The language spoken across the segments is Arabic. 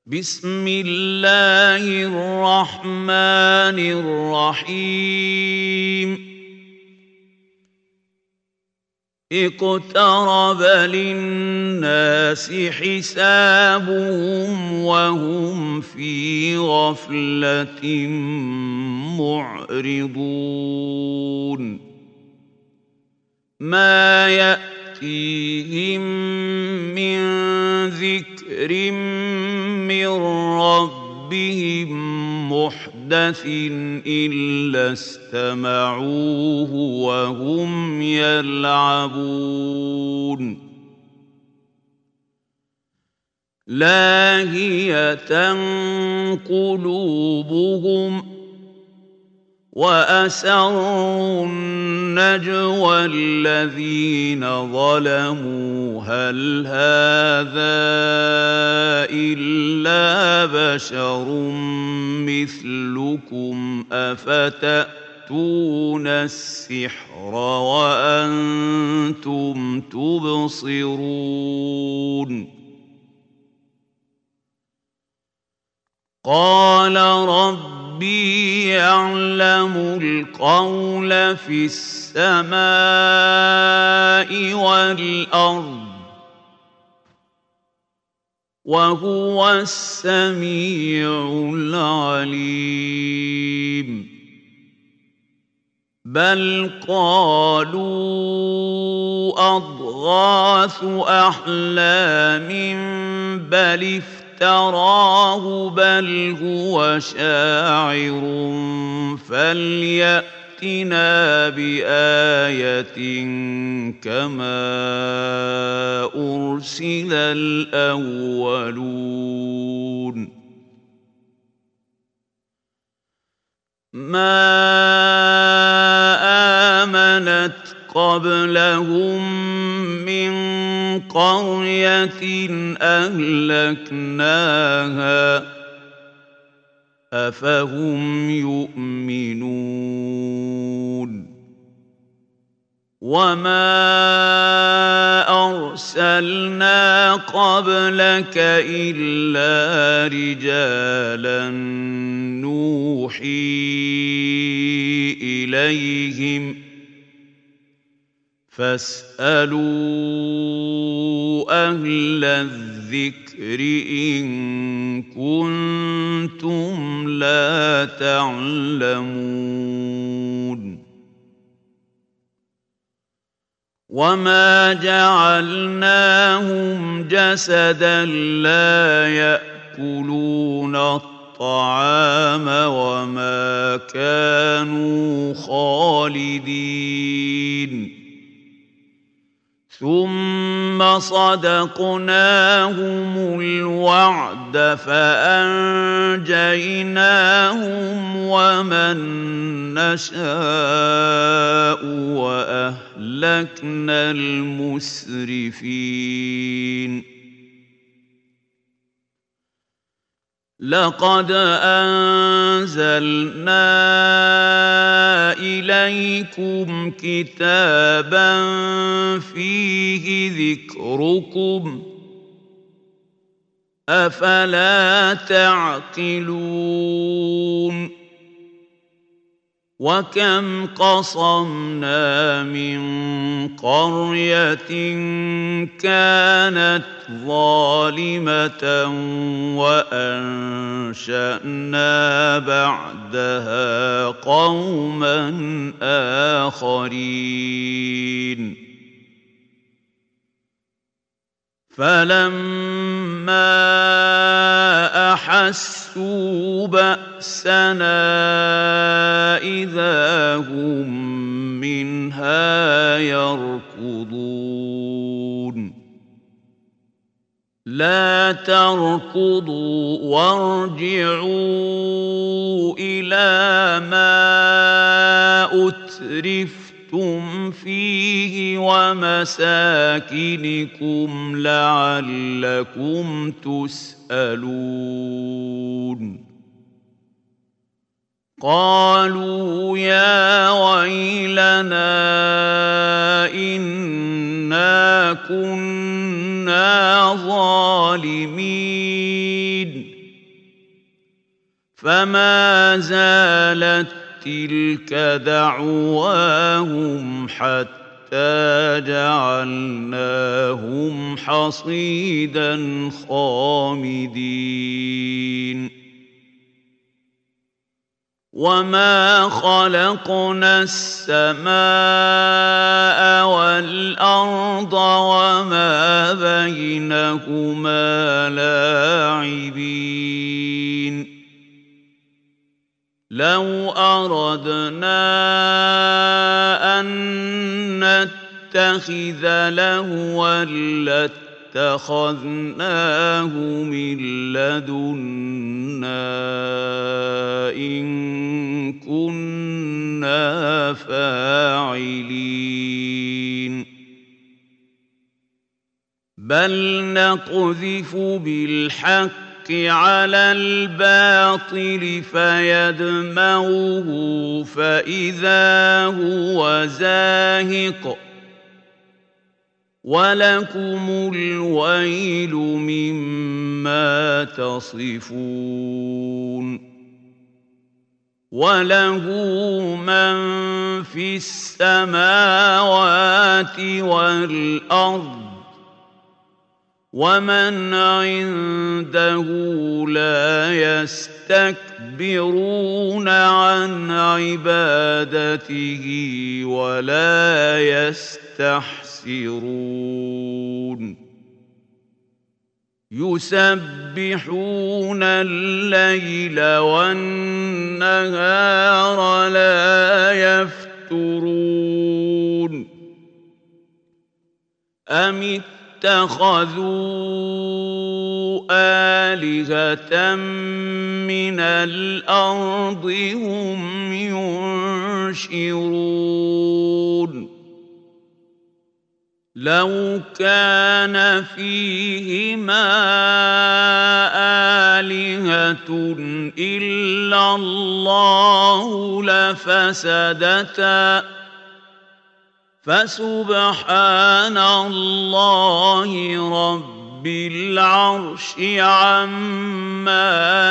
بسم الله الرحمن الرحيم اقترب للناس حسابهم وهم في غفلة معرضون ما يأتيهم من ذكر من ربهم محدث إلا استمعوه وهم يلعبون لاهية قلوبهم وأسروا النجوى الذين ظلموا هل هذا إلا بشر مثلكم أفتأتون السحر وأنتم تبصرون قال ربي يعلم القول في السماء والأرض وهو السميع العليم بل قالوا أضغاث أحلام بل افتراه بل هو شاعر فليأتنا بآية كما أرسل الأولون ما آمنت قبلهم من قرية أهلكناها أفهم يؤمنون وما أرسلنا قبلك إلا رجالا نوحي إليهم فاسألوا أهل الذكر إن كنتم لا تعلمون وما جعلناهم جسدا لا يأكلون الطعام وما كانوا خالدين ثم صدقناهم الوعد فأنجيناهم ومن نشاء وأهلكنا المسرفين لقد أنزلنا إليكم كتابا فيه ذكركم أفلا تعقلون وكم قصمنا من قرية كانت ظالمة وأنشأنا بعدها قوما آخرين فلما أحسوا بأسنا إذا هم منها يركضون لا تركضوا وارجعوا إلى ما أترفتم فيه ومساكنكم لعلكم تسألون قالوا يا ويلنا إنا كنا ظالمين فما زالت تلك دعواهم حتى جعلناهم حصيدا خامدين وما خلقنا السماء والأرض وما بينهما لاعبين لو أردنا أن نتخذ لهوا لاتخذناه من لدنا إن كنا فاعلين بل نقذف بالحق على الباطل فيدمغه فإذا هو زاهق ولكم الويل مما تصفون وله من في السماوات والأرض ومن عنده لا يستكبرون عن عبادته ولا يستحسرون يسبحون الليل والنهار لا يفترون أم اتخذوا آلهة من الأرض هم ينشرون لو كان فيهما آلهة إلا الله لفسدتا فسبحان الله رب العرش عما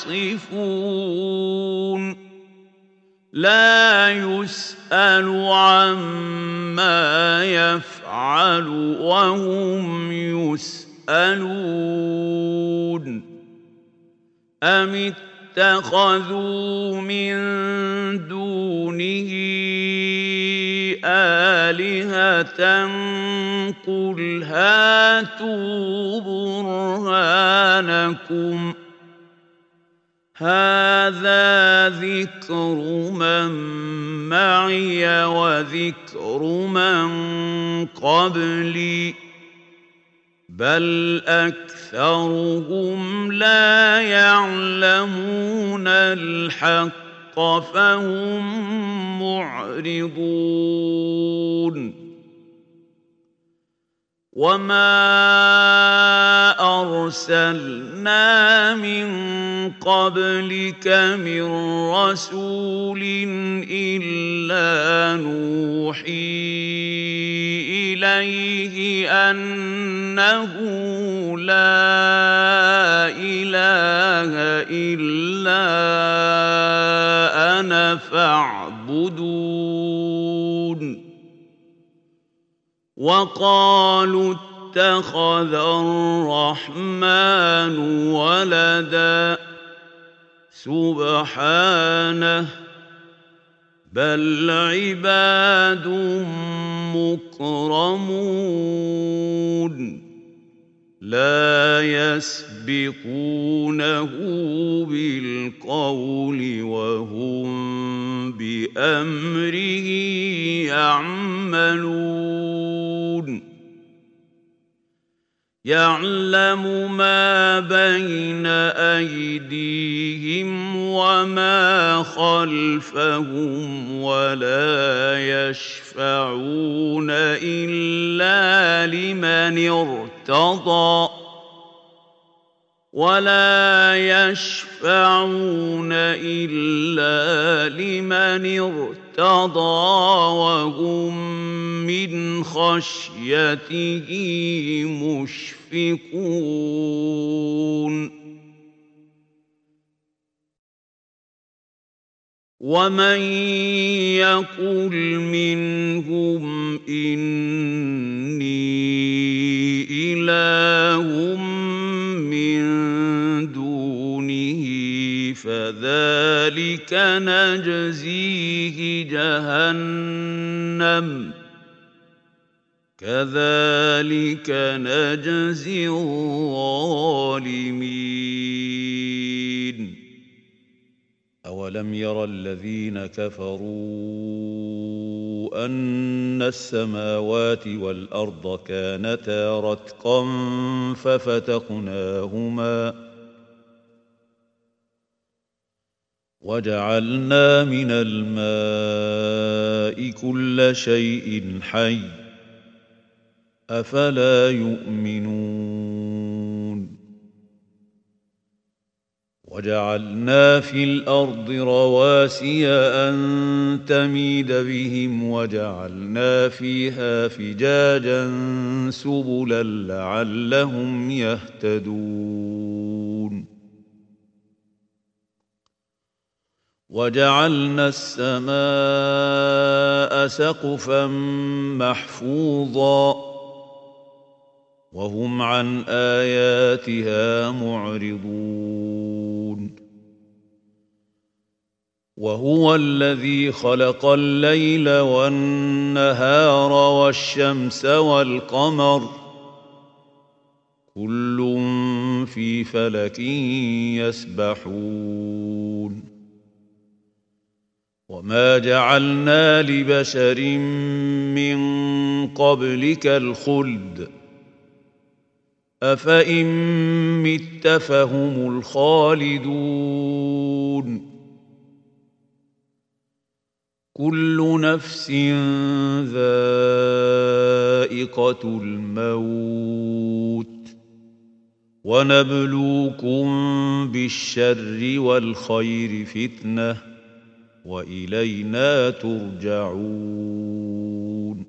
يصفون لا يسأل عما يفعل وهم يسألون أم اتخذوا من دونه آلهة قل هاتوا برهانكم هذا ذكر من معي وذكر من قبلي بل أكثرهم لا يعلمون الحق فهم معرضون وما أرسلنا من قبلك من رسول إلا نوحي إليه أنه لا إله إلا أنا فاعبدون وقالوا اتخذ الرحمن ولدا سبحانه بل عباد مكرمون لا يسبقونه بالقول وهم بأمره يعملون يعلم ما بين أيديهم وما خلفهم ولا يشفعون إلا لمن ارتضى وهم من خشيته مشفقون ومن يقل منهم إني إله من دونه فذلك نجزيه جهنم كذلك نجزي الظالمين. أولم ير الذين كفروا أن السماوات والأرض كانتا رتقا ففتقناهما وجعلنا من الماء كل شيء حي أفلا يؤمنون وجعلنا في الأرض رواسي أن تميد بهم وجعلنا فيها فجاجا سبلا لعلهم يهتدون وجعلنا السماء سقفا محفوظا وهم عن آياتها معرضون وهو الذي خلق الليل والنهار والشمس والقمر كل في فلك يسبحون وما جعلنا لبشر من قبلك الخلد أفإن مت فهم الخالدون كل نفس ذائقة الموت ونبلوكم بالشر والخير فتنة وإلينا ترجعون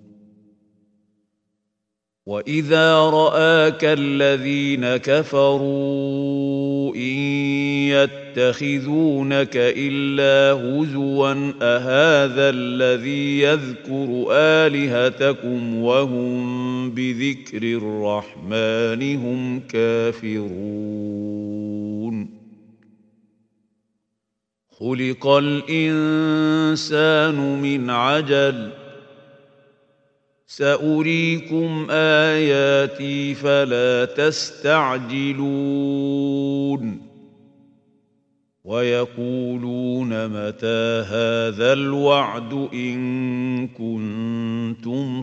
وإذا رآك الذين كفروا إن يتخذونك إلا هزوا أهذا الذي يذكر آلهتكم وهم بذكر الرحمن هم كافرون خلق الإنسان من عجل سأريكم آياتي فلا تستعجلون ويقولون متى هذا الوعد إن كنتم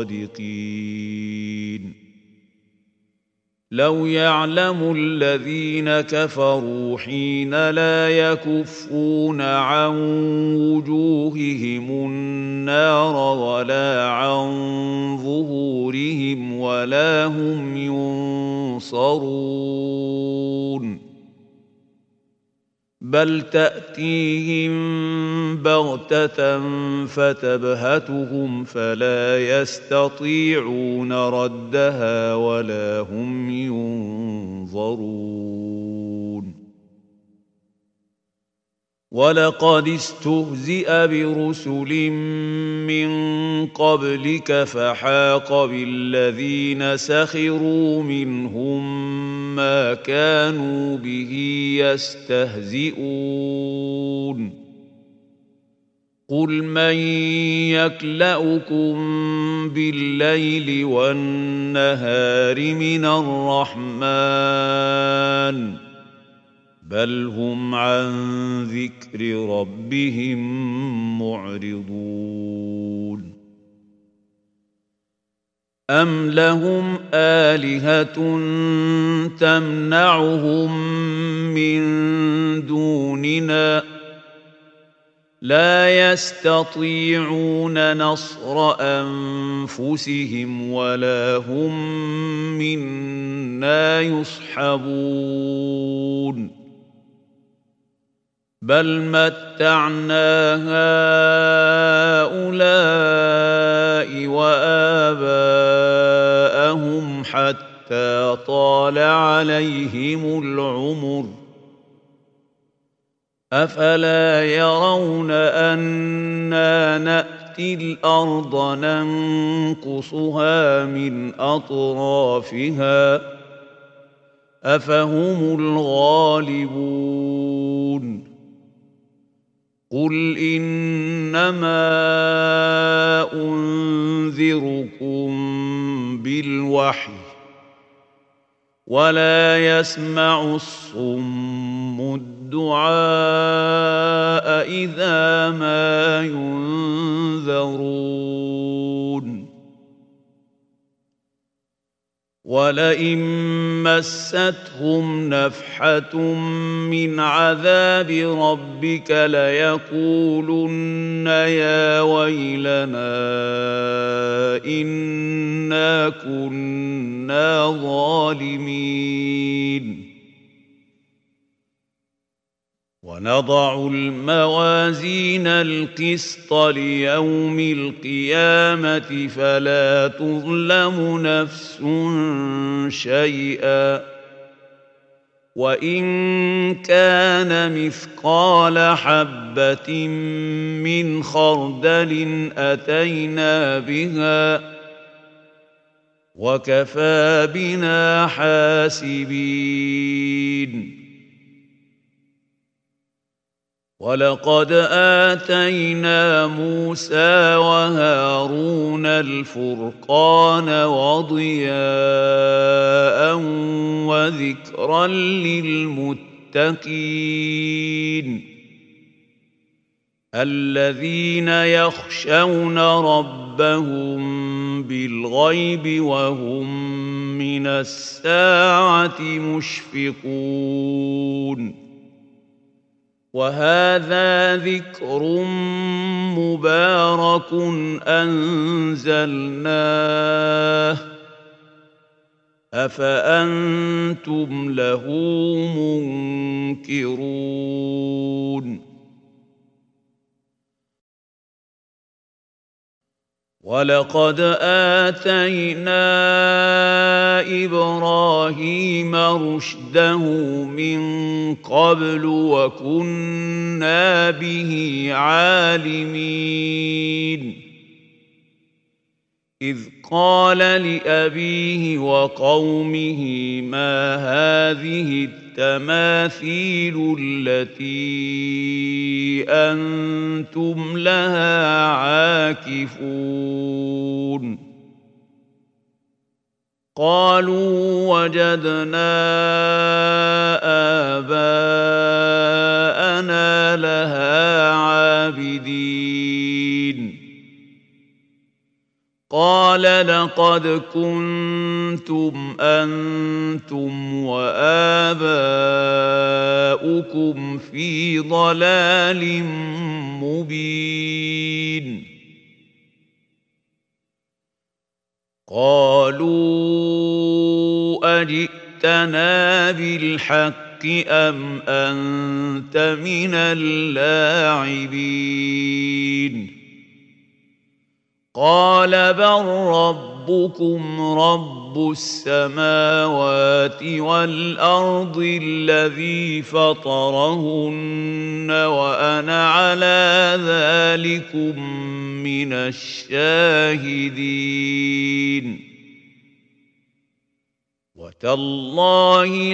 صادقين لو يعلم الذين كفروا حين لا يكفون عن وجوههم النار ولا عن ظهورهم ولا هم ينصرون بل تأتيهم بغتة فتبهتهم فلا يستطيعون ردها ولا هم ينظرون ولقد استهزئ برسل من قبلك فحاق بالذين سخروا منهم ما كانوا به يستهزئون قل من يكلؤكم بالليل والنهار من الرحمن بل هم عن ذكر ربهم معرضون أم لهم آلهة تمنعهم من دوننا لا يستطيعون نصر أنفسهم ولا هم منا يصحبون بل متعنا هؤلاء وآباءهم حتى طال عليهم العمر أفلا يرون أنا نأتي الأرض ننقصها من أطرافها أفهم الغالبون قل إنما أنذركم بالوحي ولا يسمع الصم الدعاء إذا ما ينذرون ولئن مستهم نفحة من عذاب ربك ليقولن يا ويلنا إنا كنا ظالمين ونضع الموازين القسط ليوم القيامة فلا تظلم نفس شيئا وإن كان مثقال حبة من خردل أتينا بها وكفى بنا حاسبين ولقد آتينا موسى وهارون الفرقان وضياء وذكرا للمتقين الذين يخشون ربهم بالغيب وهم من الساعة مشفقون وهذا ذكر مبارك أنزلناه أفأنتم له منكرون ولقد آتينا إبراهيم رشده من قبل وكنا به عالمين إذ قال لأبيه وقومه ما هذه التماثيل التي أنتم لها عاكفون قالوا وجدنا آباءنا لها عابدين قال لقد كنتم أنتم وآباؤكم في ضلال مبين قالوا أجئتنا بالحق أم أنت من اللاعبين قال بل ربكم رب السماوات والأرض الذي فطرهن وأنا على ذلكم من الشاهدين وتالله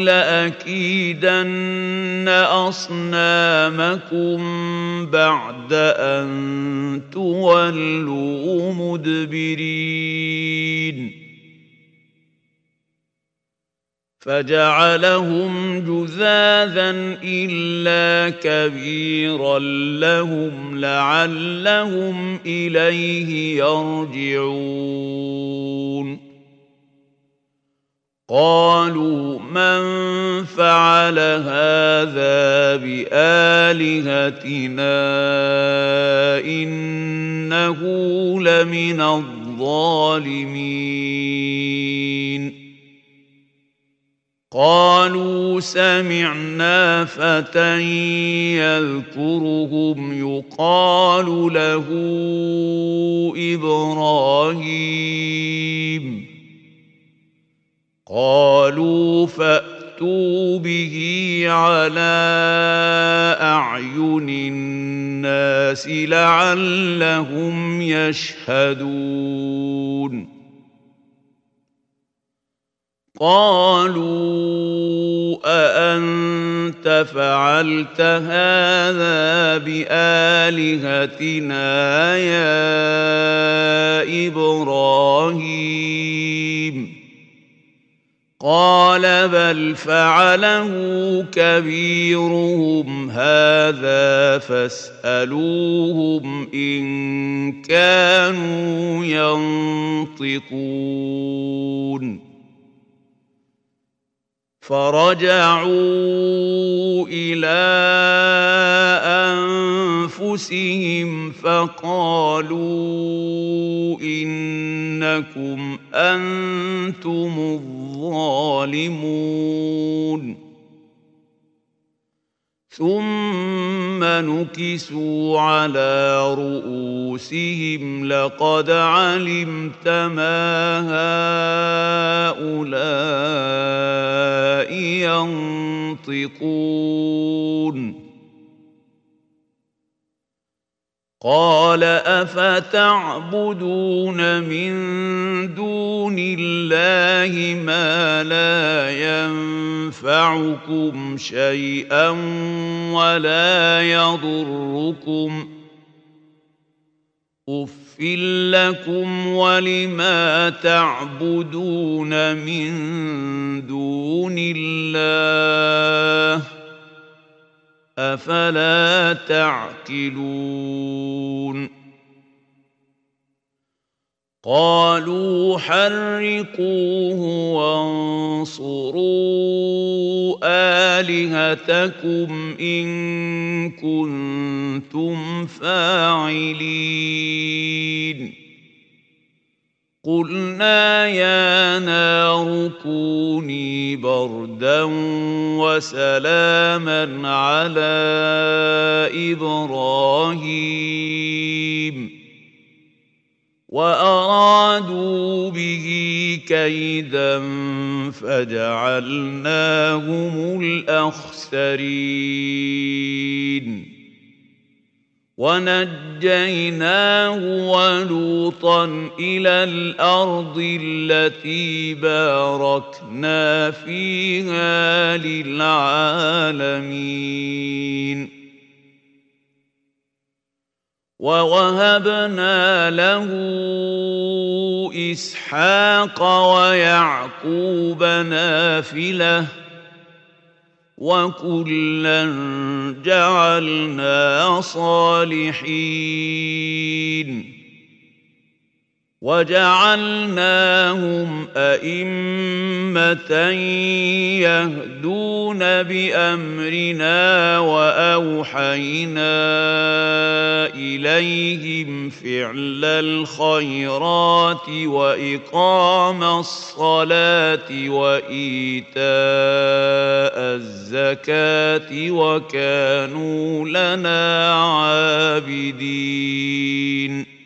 لأكيدن أصنامكم بعد أن تولوا مدبرين فجعلهم جذاذا إلا كبيرا لهم لعلهم إليه يرجعون قالوا من فعل هذا بآلهتنا إنه لمن الظالمين قالوا سمعنا فتى يذكرهم يقال له إبراهيم قالوا فأتوا فأتوا به على أعين الناس لعلهم يشهدون قالوا أأنت فعلت هذا بآلهتنا يا إبراهيم قال بل فعله كبيرهم هذا فاسألوهم إن كانوا ينطقون فرجعوا إلى أنفسهم فقالوا إنكم أنتم الظالمون ثم نكسوا على رؤوسهم لقد علمت ما هؤلاء ينطقون قال أفتعبدون من دون الله ما لا ينفعكم شيئا ولا يضركم أف لكم ولما تعبدون من دون الله أفلا تعقلون قالوا حرقوه وانصروا آلهتكم إن كنتم فاعلين قلنا يا نار كوني بردا وسلاما على إبراهيم وأرادوا به كيدا فجعلناهم الأخسرين ونجيناه ولوطا إلى الأرض التي باركنا فيها للعالمين ووهبنا له إسحاق ويعقوب نافلة وكلا جعلنا صالحين وجعلناهم أئمة يهدون بأمرنا وأوحينا إليهم فعل الخيرات وإقام الصلاة وإيتاء الزكاة وكانوا لنا عابدين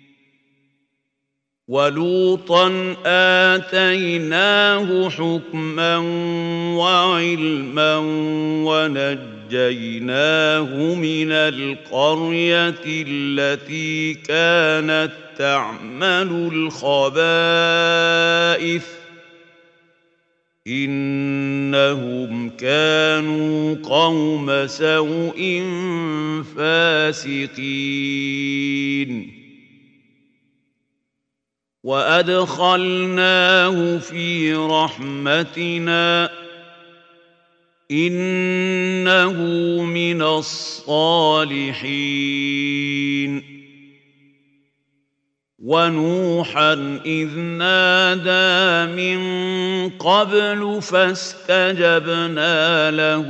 ولوطا آتيناه حكما وعلما ونجيناه من القرية التي كانت تعمل الخبائث إنهم كانوا قوم سوء فاسقين وأدخلناه في رحمتنا إنه من الصالحين ونوحا إذ نادى من قبل فاستجبنا له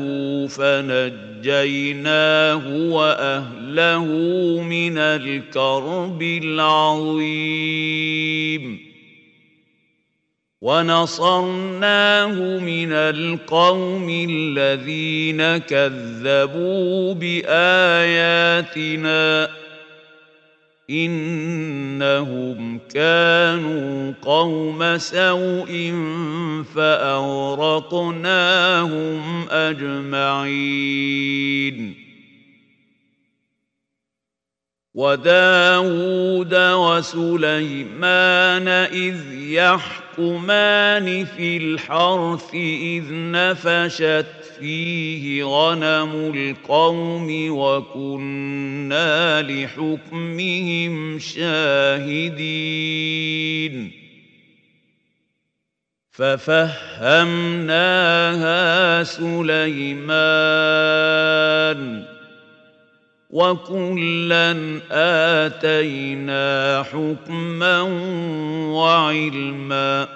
فنجيناه وأهله من الكرب العظيم ونصرناه من القوم الذين كذبوا بآياتنا إنهم كانوا قوم سوء فأغرقناهم أجمعين وداود وسليمان إذ يحكمان في الحرث إذ نفشت فيه غنم القوم وكنا لحكمهم شاهدين ففهمناها سليمان وكلا آتينا حكما وعلما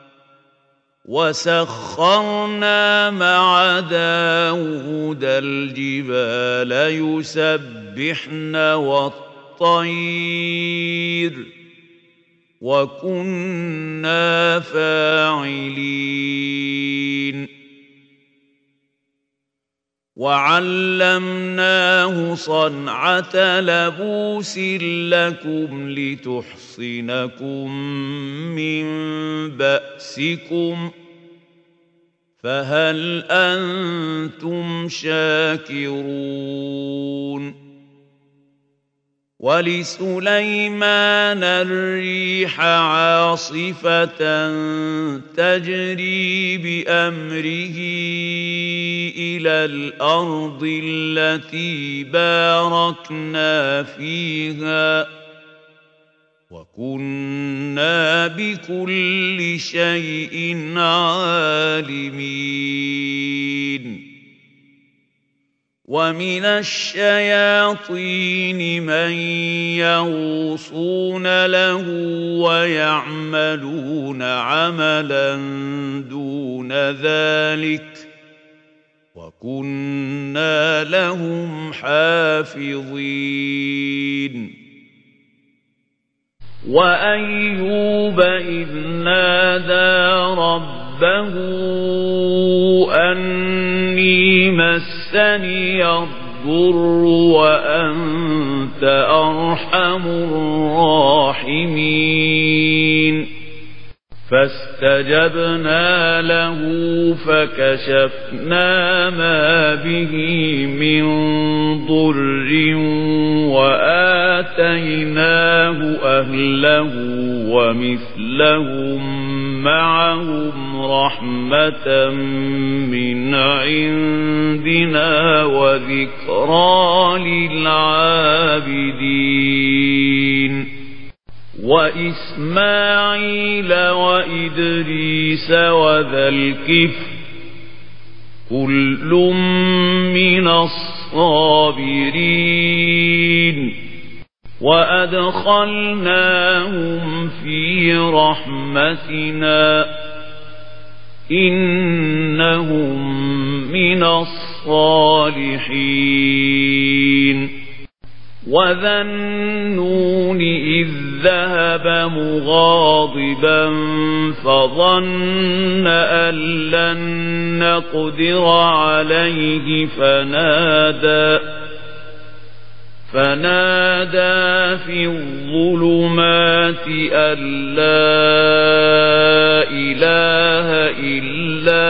وسخرنا مع داود الجبال يسبحن والطير وكنا فاعلين وعلمناه صنعة لبوس لكم لتحصنكم من بأسكم فهل أنتم شاكرون ولسليمان الريح عاصفة تجري بأمره إلى الأرض التي باركنا فيها وكنا بكل شيء عالمين ومن الشياطين من يغوصون له ويعملون عملا دون ذلك وكنا لهم حافظين وأيوب إذ نادى ربه أني مسني الضر وأنت أرحم الراحمين فاستجبنا له فكشفنا ما به من ضر وآتيناه أهله ومثلهم معهم رحمة من عندنا وذكرى للعابدين وإسماعيل وإدريس وذا الكفل كل من الصابرين وأدخلناهم في رحمتنا إنهم من الصالحين وذا النون إذ ذهب مغاضبا فظن أن لن نقدر عليه فنادى في الظلمات أن لا إله إلا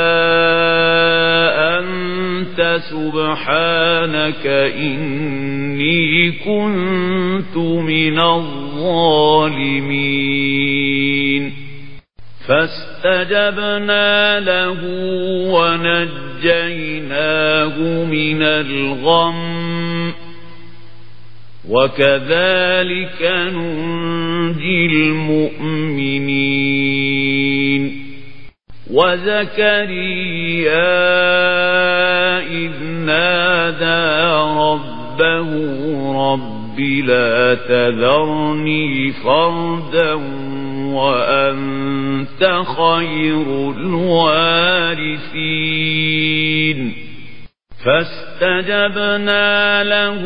أنت سبحانك إني كنت من الظالمين فاستجبنا له ونجيناه من الغم وكذلك ننجي المؤمنين وزكريا إذ نادى ربه رب لا تذرني فردا وأنت خير الوارثين فاستجبنا له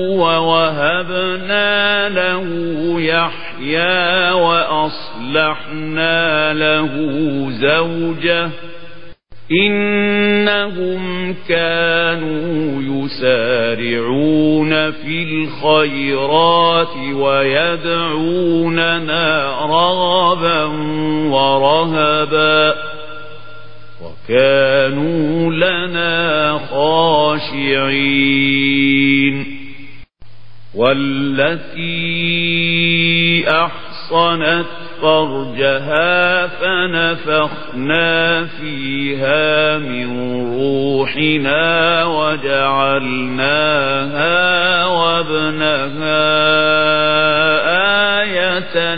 ووهبنا له يحيى وأصلحنا له زوجه إنهم كانوا يسارعون في الخيرات ويدعوننا رغبا ورهبا وكانوا لنا خاشعين والتي أحصنت فرجها فنفخنا فيها من روحنا وجعلناها وابنها آية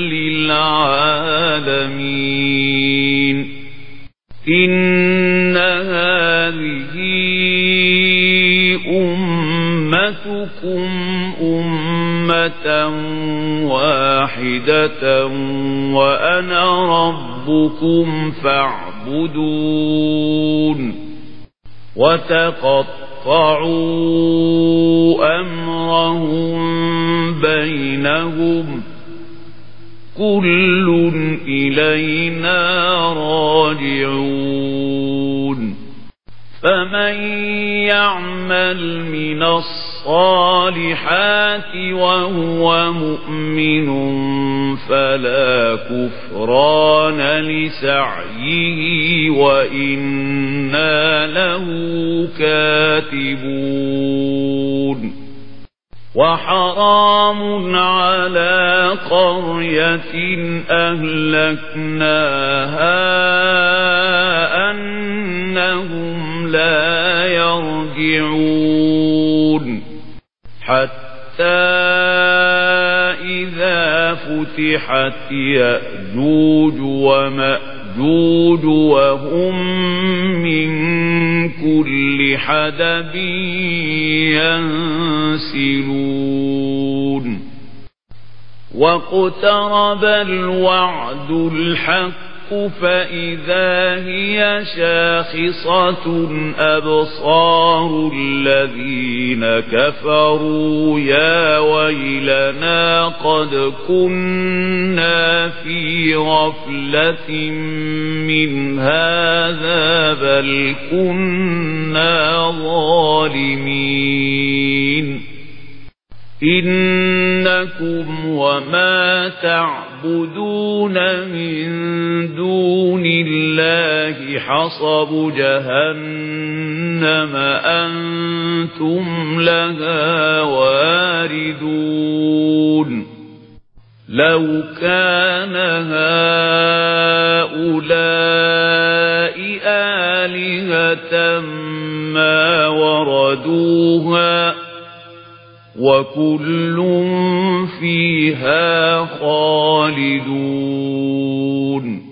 للعالمين إن هذه أمتكم أمة واحدة وأنا ربكم فاعبدون وتقطعوا أمرهم بينهم كل إلينا راجعون فمن يعمل من الصالحات وهو مؤمن فلا كفران لسعيه وإنا له كاتبون وحرام على قرية أهلكناها أنهم لا يرجعون حتى إذا فتحت يأجوج ومأجوج وهم من كل حدب ينسلون واقترب الوعد الحق فإذا هي شاخصة أبصار الذين كفروا يا ويلنا قد كنا في غفلة من هذا بل كنا ظالمين إنكم وما تعبدون من دون الله حصب جهنم أنتم لها واردون لو كان هؤلاء آلهة ما وردوها وكل فيها خالدون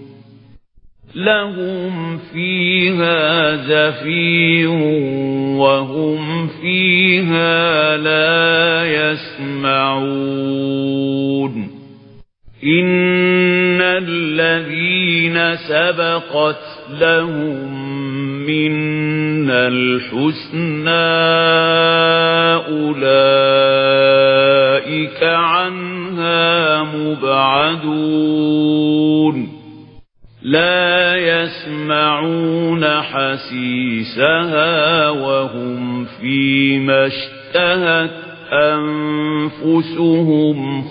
لهم فيها زفير وهم فيها لا يسمعون إن الذين سبقت لهم منا الحسنى أولئك عنها مبعدون لا يسمعون حسيسها وهم فيما اشتهت أنفسهم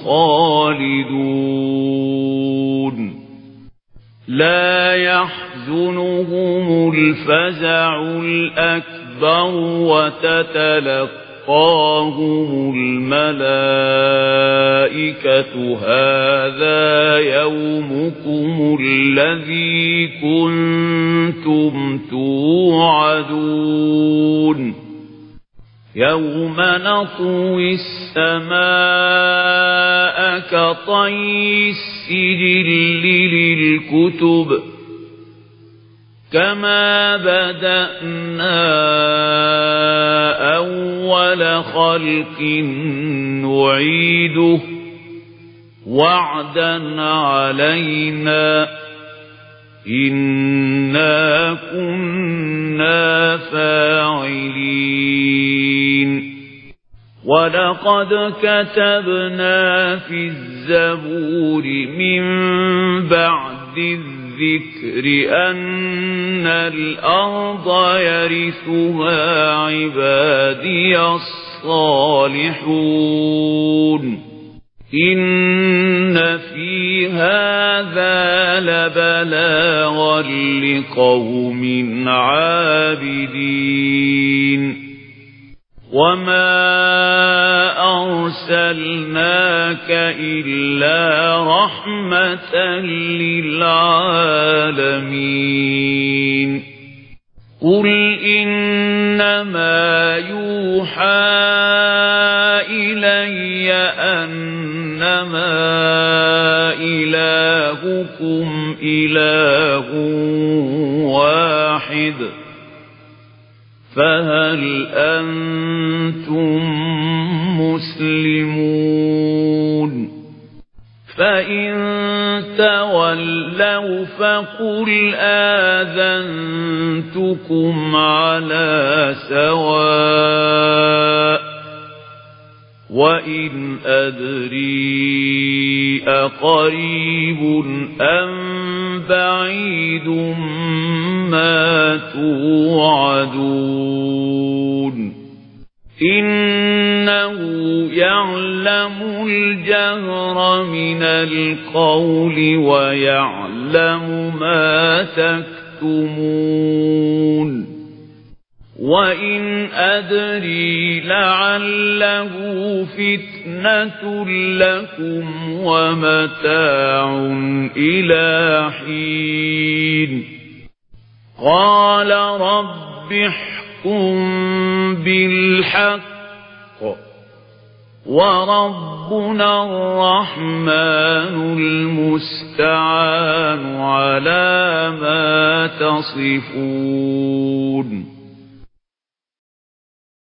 خالدون لا يحزنهم الفزع الأكبر وتتلقاهم الملائكة هذا يومكم الذي كنتم توعدون يوم نطوي السماء كطي السجل للكتب كما بدأنا أول خلق نعيده وعدا علينا إنا كنا فاعلين ولقد كتبنا في الزبور من بعد الذكر أن الأرض يرثها عبادي الصالحون الصالحون إن في هذا لبلاغا لقوم عابدين وما أرسلناك إلا رحمة للعالمين قل إنما يوحى إلي أنما إلهكم إله واحد فهل أنتم مسلمون فإن تولوا فقل آذنتكم على سواء وإن أدري أقريب أم بعيد ما توعدون إنه يعلم الجهر من القول ويعلم ما تكتمون وإن أدري لعله فتنة لكم ومتاع إلى حين قال رب احكم بالحق وربنا الرحمن المستعان على ما تصفون